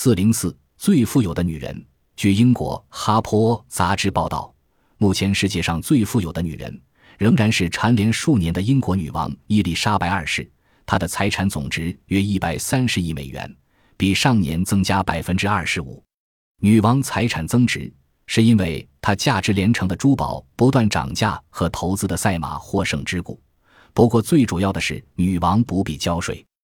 404最富有的女人。据英国《哈坡》杂志报道，目前世界上最富有的女人仍然是蝉联数年的英国女王伊丽莎白二世，她的财产总值约130亿美元，比上年增加 25%。 女王财产增值是因为她价值连城的珠宝不断涨价和投资的赛马获胜之故，不过最主要的是女王不必交税。